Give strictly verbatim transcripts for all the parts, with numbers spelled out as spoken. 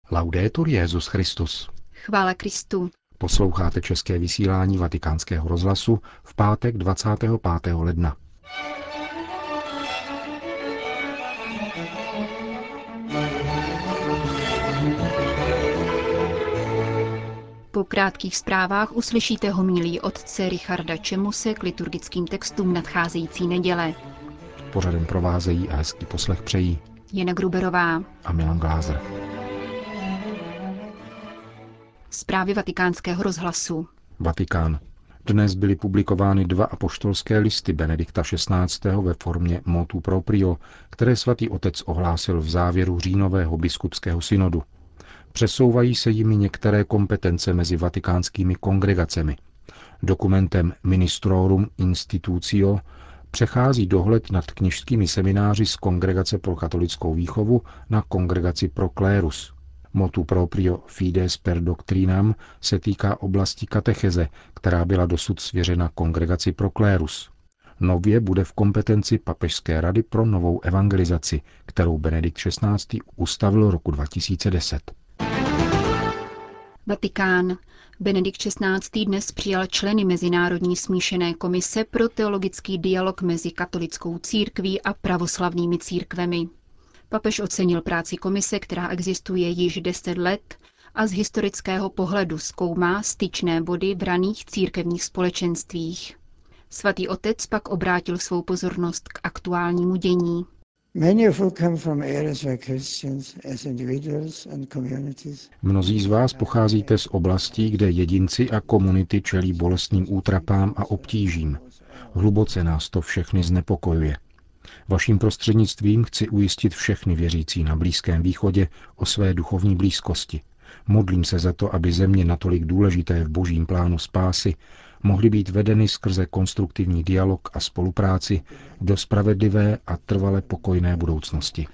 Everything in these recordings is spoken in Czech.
Laudetur Jesus Christus. Chvála Kristu. Posloucháte české vysílání Vatikánského rozhlasu v pátek dvacátého pátého ledna. Po krátkých zprávách uslyšíte homilii otce Richarda Čemuse k liturgickým textům nadcházející neděle. Pořadem provázejí a hezký poslech přejí Jana Gruberová a Milan Glázer. Zprávy Vatikánského rozhlasu. Vatikán. Dnes byly publikovány dva apoštolské listy Benedikta šestnáctého. ve formě motu proprio, které svatý otec ohlásil v závěru říjnového biskupského synodu. Přesouvají se jimi některé kompetence mezi vatikánskými kongregacemi. Dokumentem Ministrorum Institutio přechází dohled nad kněžskými semináři z Kongregace pro katolickou výchovu na Kongregaci pro klérus. Motu proprio Fides per Doctrinam se týká oblasti katecheze, která byla dosud svěřena Kongregaci pro klérus. Nově bude v kompetenci Papežské rady pro novou evangelizaci, kterou Benedikt šestnáctý. ustavil roku dva tisíce deset. Vatikán. Benedikt šestnáctý. dnes přijal členy Mezinárodní smíšené komise pro teologický dialog mezi katolickou církví a pravoslavnými církvemi. Papež ocenil práci komise, která existuje již deset let a z historického pohledu zkoumá styčné body v raných církevních společenstvích. Svatý otec pak obrátil svou pozornost k aktuálnímu dění. Mnozí z vás pocházíte z oblastí, kde jedinci a komunity čelí bolestným útrapám a obtížím. Hluboce nás to všechny znepokojuje. Vaším prostřednictvím chci ujistit všechny věřící na Blízkém východě o své duchovní blízkosti. Modlím se za to, aby země natolik důležité v božím plánu spásy mohly být vedeny skrze konstruktivní dialog a spolupráci do spravedlivé a trvale pokojné budoucnosti.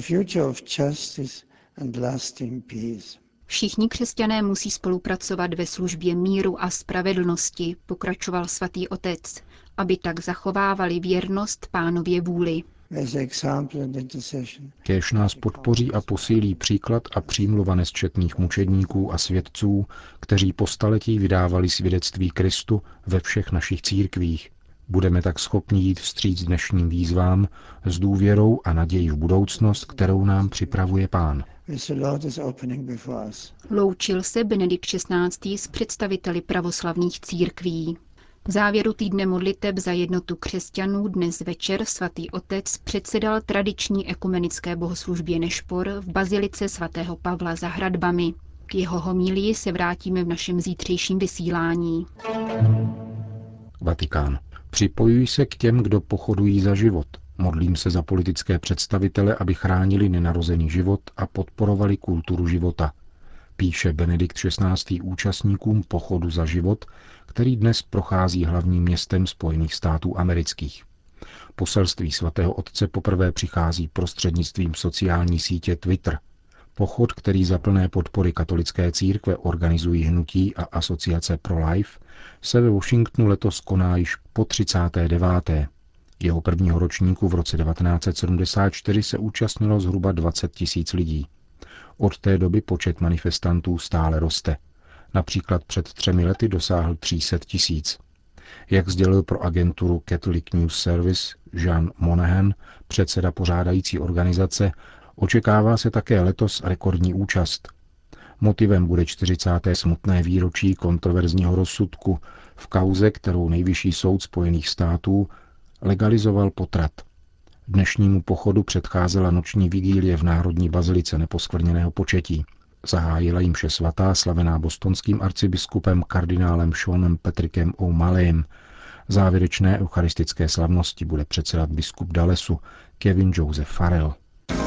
Všichni křesťané musí spolupracovat ve službě míru a spravedlnosti, pokračoval svatý otec, aby tak zachovávali věrnost Pánově vůli. Kéž nás podpoří a posílí příklad a přímluva nesčetných mučedníků a svědců, kteří po staletí vydávali svědectví Kristu ve všech našich církvích. Budeme tak schopni jít vstříc dnešním výzvám s důvěrou a nadějí v budoucnost, kterou nám připravuje Pán. Loučil se Benedikt šestnáctý. s představiteli pravoslavných církví. V závěru týdne modliteb za jednotu křesťanů dnes večer svatý otec předsedal tradiční ekumenické bohoslužbě Nešpor v bazilice svatého Pavla za hradbami. K jeho homilii se vrátíme v našem zítřejším vysílání. Vatikán. Připojuji se k těm, kdo pochodují za život. Modlím se za politické představitele, aby chránili nenarozený život a podporovali kulturu života. Píše Benedikt šestnáctý. účastníkům pochodu za život, který dnes prochází hlavním městem Spojených států amerických. Poselství svatého otce poprvé přichází prostřednictvím sociální sítě Twitter. Pochod, který za plné podpory katolické církve organizují hnutí a asociace Pro-Life, se ve Washingtonu letos koná již po třicáté deváté Jeho prvního ročníku v roce devatenáct set sedmdesát čtyři se účastnilo zhruba dvacet tisíc lidí. Od té doby počet manifestantů stále roste. Například před třemi lety dosáhl tři sta tisíc. Jak sdělil pro agenturu Catholic News Service Jean Monahan, předseda pořádající organizace, očekává se také letos rekordní účast. Motivem bude čtyřicáté smutné výročí kontroverzního rozsudku v kauze, kterou Nejvyšší soud Spojených států legalizoval potrat. Dnešnímu pochodu předcházela noční vigílie v Národní bazilice Neposkvrněného početí. Zahájila jim mše svatá slavená bostonským arcibiskupem kardinálem Seanem Patrickem O'Malleyem. Závěrečné eucharistické slavnosti bude předsedat biskup Dallesu Kevin Joseph Farrell.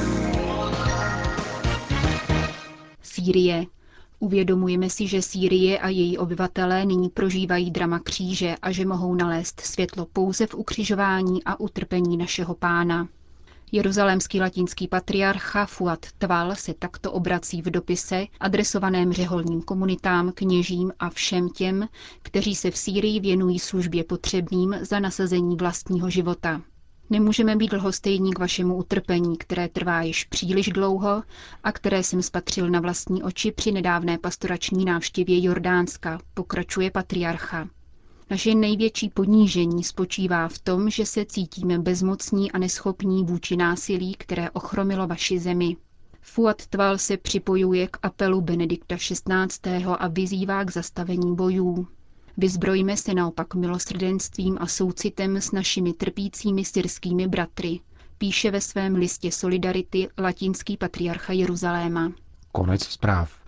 Sýrie. Uvědomujeme si, že Sýrie a její obyvatelé nyní prožívají drama kříže a že mohou nalézt světlo pouze v ukřižování a utrpení našeho Pána. Jeruzalémský latinský patriarcha Fuad Tval se takto obrací v dopise adresovaném řeholním komunitám, kněžím a všem těm, kteří se v Sýrii věnují službě potřebným za nasazení vlastního života. Nemůžeme být lhostejní k vašemu utrpení, které trvá již příliš dlouho a které jsem spatřil na vlastní oči při nedávné pastorační návštěvě Jordánska, pokračuje patriarcha. Naše největší ponížení spočívá v tom, že se cítíme bezmocní a neschopní vůči násilí, které ochromilo vaši zemi. Fuad Tval se připojuje k apelu Benedikta šestnáctého a vyzývá k zastavení bojů. Vyzbrojme se naopak milosrdenstvím a soucitem s našimi trpícími syrskými bratry, píše ve svém listě Solidarity latinský patriarcha Jeruzaléma. Konec zpráv.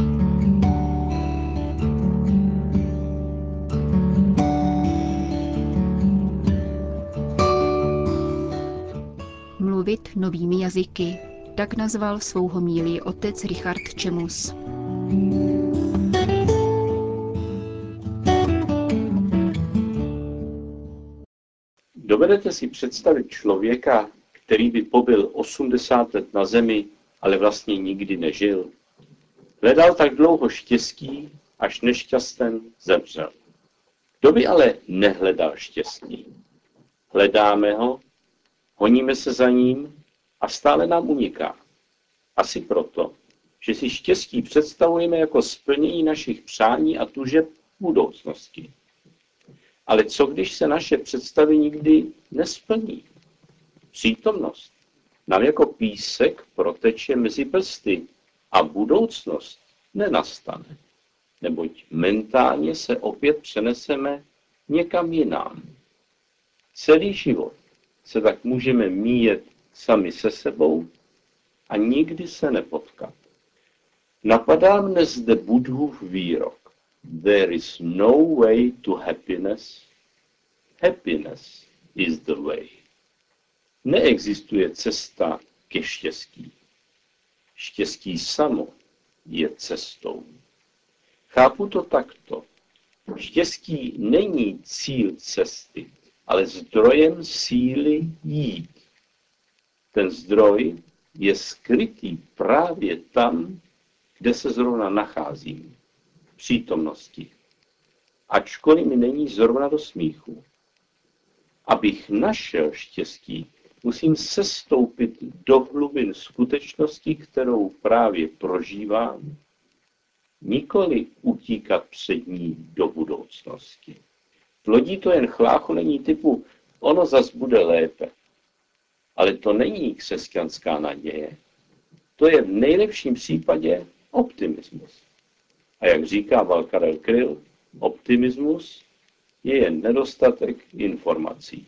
Mluvit novými jazyky. Tak nazval svou homílii otec Richard Čemus. Dovedete si představit člověka, který by pobyl osmdesát let na zemi, ale vlastně nikdy nežil? Hledal tak dlouho štěstí, až nešťasten zemřel. Kdo by ale nehledal štěstí? Hledáme ho, honíme se za ním a stále nám uniká. Asi proto, že si štěstí představujeme jako splnění našich přání a tužeb v budoucnosti. Ale co když se naše představy nikdy nesplní? Přítomnost nám jako písek proteče mezi prsty a budoucnost nenastane, neboť mentálně se opět přeneseme někam jinam. Celý život se tak můžeme míjet sami se sebou a nikdy se nepotkat. Napadá mne zde Buddhův výrok. There is no way to happiness. Happiness is the way. Neexistuje cesta ke štěstí. Štěstí samo je cestou. Chápu to takto. Štěstí není cíl cesty, ale zdrojem síly jít. Ten zdroj je skrytý právě tam, kde se zrovna nacházím. Přítomnosti. Ačkoliv mi není zrovna do smíchu. Abych našel štěstí, musím sestoupit do hlubin skutečnosti, kterou právě prožívám, nikoli utíkat před ní do budoucnosti. Plodí to jen chlácholení typu ono zas bude lépe. Ale to není křesťanská naděje. To je v nejlepším případě optimismus. A jak říká Valkarel Kryl, optimismus je jen nedostatek informací.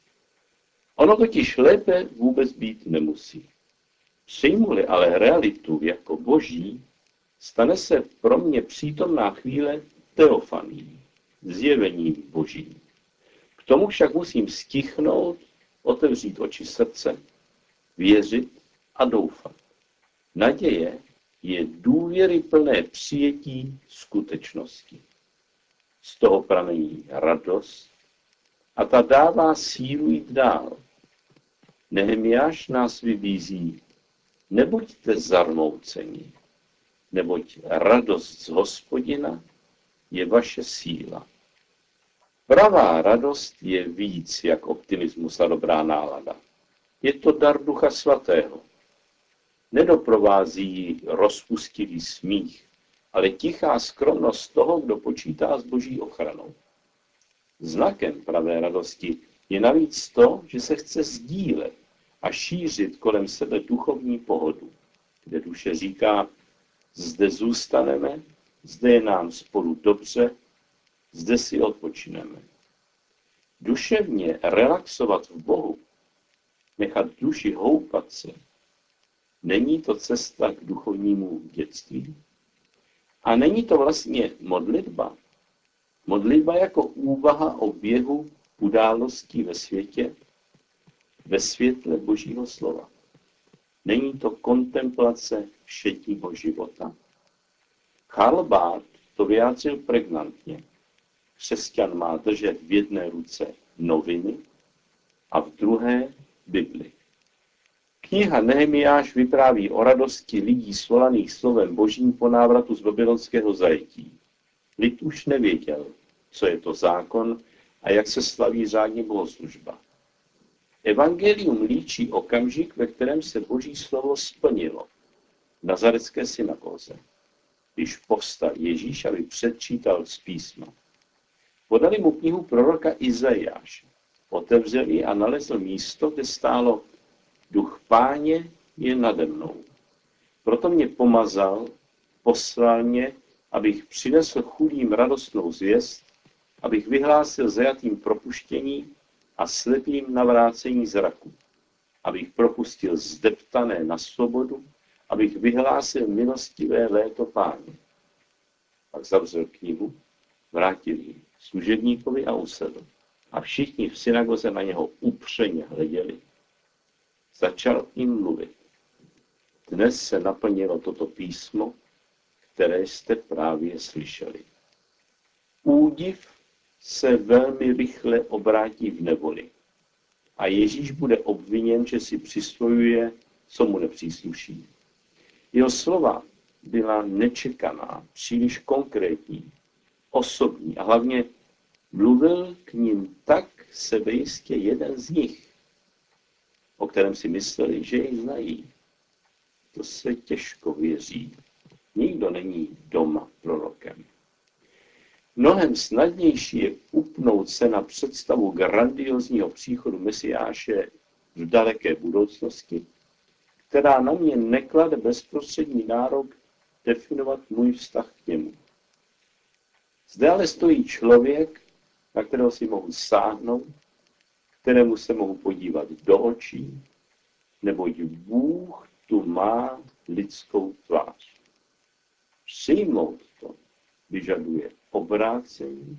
Ono totiž lépe vůbec být nemusí. Přijmu-li ale realitu jako boží, stane se pro mě přítomná chvíle teofaní, zjevením božím. K tomu však musím stichnout, otevřít oči srdce, věřit a doufat. Naděje je důvěryplné přijetí skutečnosti. Z toho pramení radost a ta dává sílu jít dál. Nehemiáš nás vybízí, nebuďte zarmouceni, neboť radost z Hospodina je vaše síla. Pravá radost je víc jak optimismus a dobrá nálada. Je to dar Ducha Svatého. Nedoprovází ji rozpustivý smích, ale tichá skromnost toho, kdo počítá s boží ochranou. Znakem pravé radosti je navíc to, že se chce sdílet a šířit kolem sebe duchovní pohodu, kde duše říká, zde zůstaneme, zde je nám spolu dobře, zde si odpočineme. Duševně relaxovat v Bohu, nechat duši houpat se, není to cesta k duchovnímu dětství? A není to vlastně modlitba? Modlitba jako úvaha o běhu událostí ve světě, ve světle Božího slova. Není to kontemplace všedního života? Karl Barth to vyjádřil pregnantně. Křesťan má držet v jedné ruce noviny a v druhé Bibli. Kniha Nehemiáš vypráví o radosti lidí svolaných slovem Božím po návratu z babylonského zajetí. Lid už nevěděl, co je to zákon a jak se slaví řádně bohoslužba. Evangelium líčí okamžik, ve kterém se Boží slovo splnilo v nazarecké synagóze, když povstal Ježíš, aby předčítal z písma. Podali mu knihu proroka Izajáše. Otevřel ji a nalezl místo, kde stálo: Duch Páně je nade mnou. Proto mě pomazal, poslal mě, abych přinesl chudým radostnou zvěst, abych vyhlásil zajatým propuštění a slepým navrácení zraku, abych propustil zdeptané na svobodu, abych vyhlásil milostivé léto Páně. Pak zavřel knihu, vrátil ji služebníkovi a usedl. A všichni v synagoze na něho upřeně hleděli. Začal jim mluvit. Dnes se naplnilo toto písmo, které jste právě slyšeli. Údiv se velmi rychle obrátí v nevoli a Ježíš bude obviněn, že si přisvojuje, co mu nepřísluší. Jeho slova byla nečekaná, příliš konkrétní, osobní a hlavně mluvil k nim tak sebejistě jeden z nich, o kterém si mysleli, že jej znají. To se těžko věří. Nikdo není doma prorokem. Mnohem snadnější je upnout se na představu grandiozního příchodu Mesiáše v daleké budoucnosti, která na mě neklade bezprostřední nárok definovat můj vztah k němu. Zde ale stojí člověk, na kterého si mohu sáhnout, kterému se mohu podívat do očí, neboť Bůh tu má lidskou tvář. Přijmout to vyžaduje obrácení,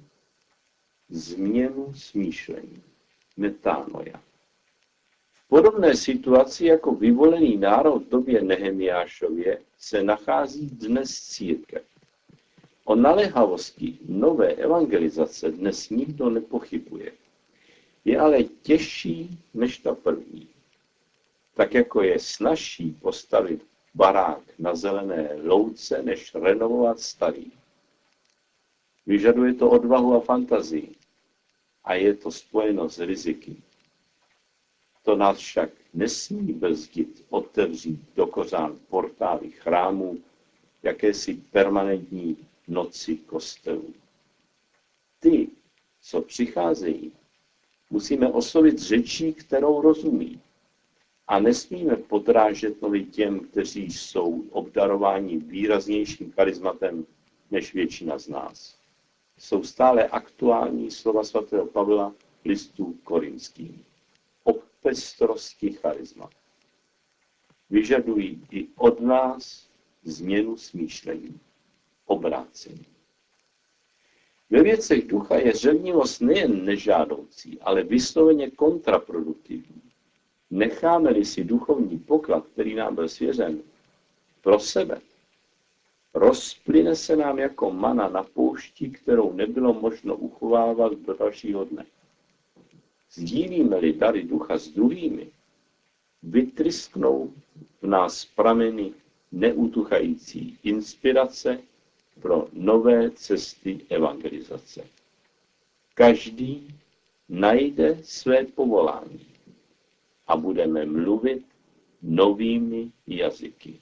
změnu smýšlení, metanoia. V podobné situaci jako vyvolený národ v době Nehemiášově se nachází dnes církev. O naléhavosti nové evangelizace dnes nikdo nepochybuje. Je ale těžší než ta první. Tak jako je snazší postavit barák na zelené louce, než renovovat starý. Vyžaduje to odvahu a fantazii a je to spojeno s riziky. To nás však nesmí brzdit otevřít do kořán portály chrámů, jakési permanentní noci kostelů. Ty, co přicházejí, musíme oslovit řečí, kterou rozumí. A nesmíme podrážet nohy těm, kteří jsou obdarováni výraznějším charizmatem než většina z nás. Jsou stále aktuální slova svatého Pavla listu korinským. O pestrosti charizmat. Vyžadují i od nás změnu smýšlení, obrácení. Ve věcech ducha je řevnivost nejen nežádoucí, ale vysloveně kontraproduktivní. Necháme-li si duchovní poklad, který nám byl svěřen, pro sebe, rozplyne se nám jako mana na poušti, kterou nebylo možno uchovávat do dalšího dne. Sdílíme-li dary ducha s druhými, vytrysknou v nás prameny neutuchající inspirace pro nové cesty evangelizace. Každý najde své povolání a budeme mluvit novými jazyky.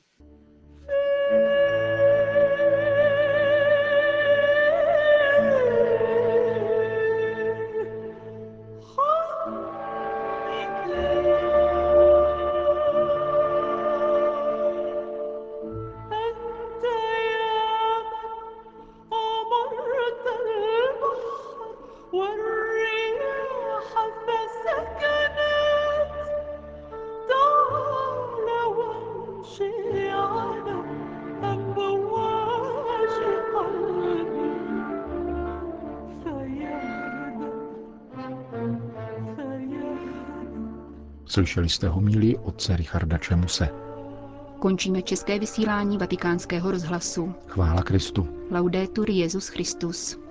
Slyšeli jste homílii otce Richarda Čemuse. Končíme české vysílání Vatikánského rozhlasu. Chvála Kristu. Laudetur Jesus Christus.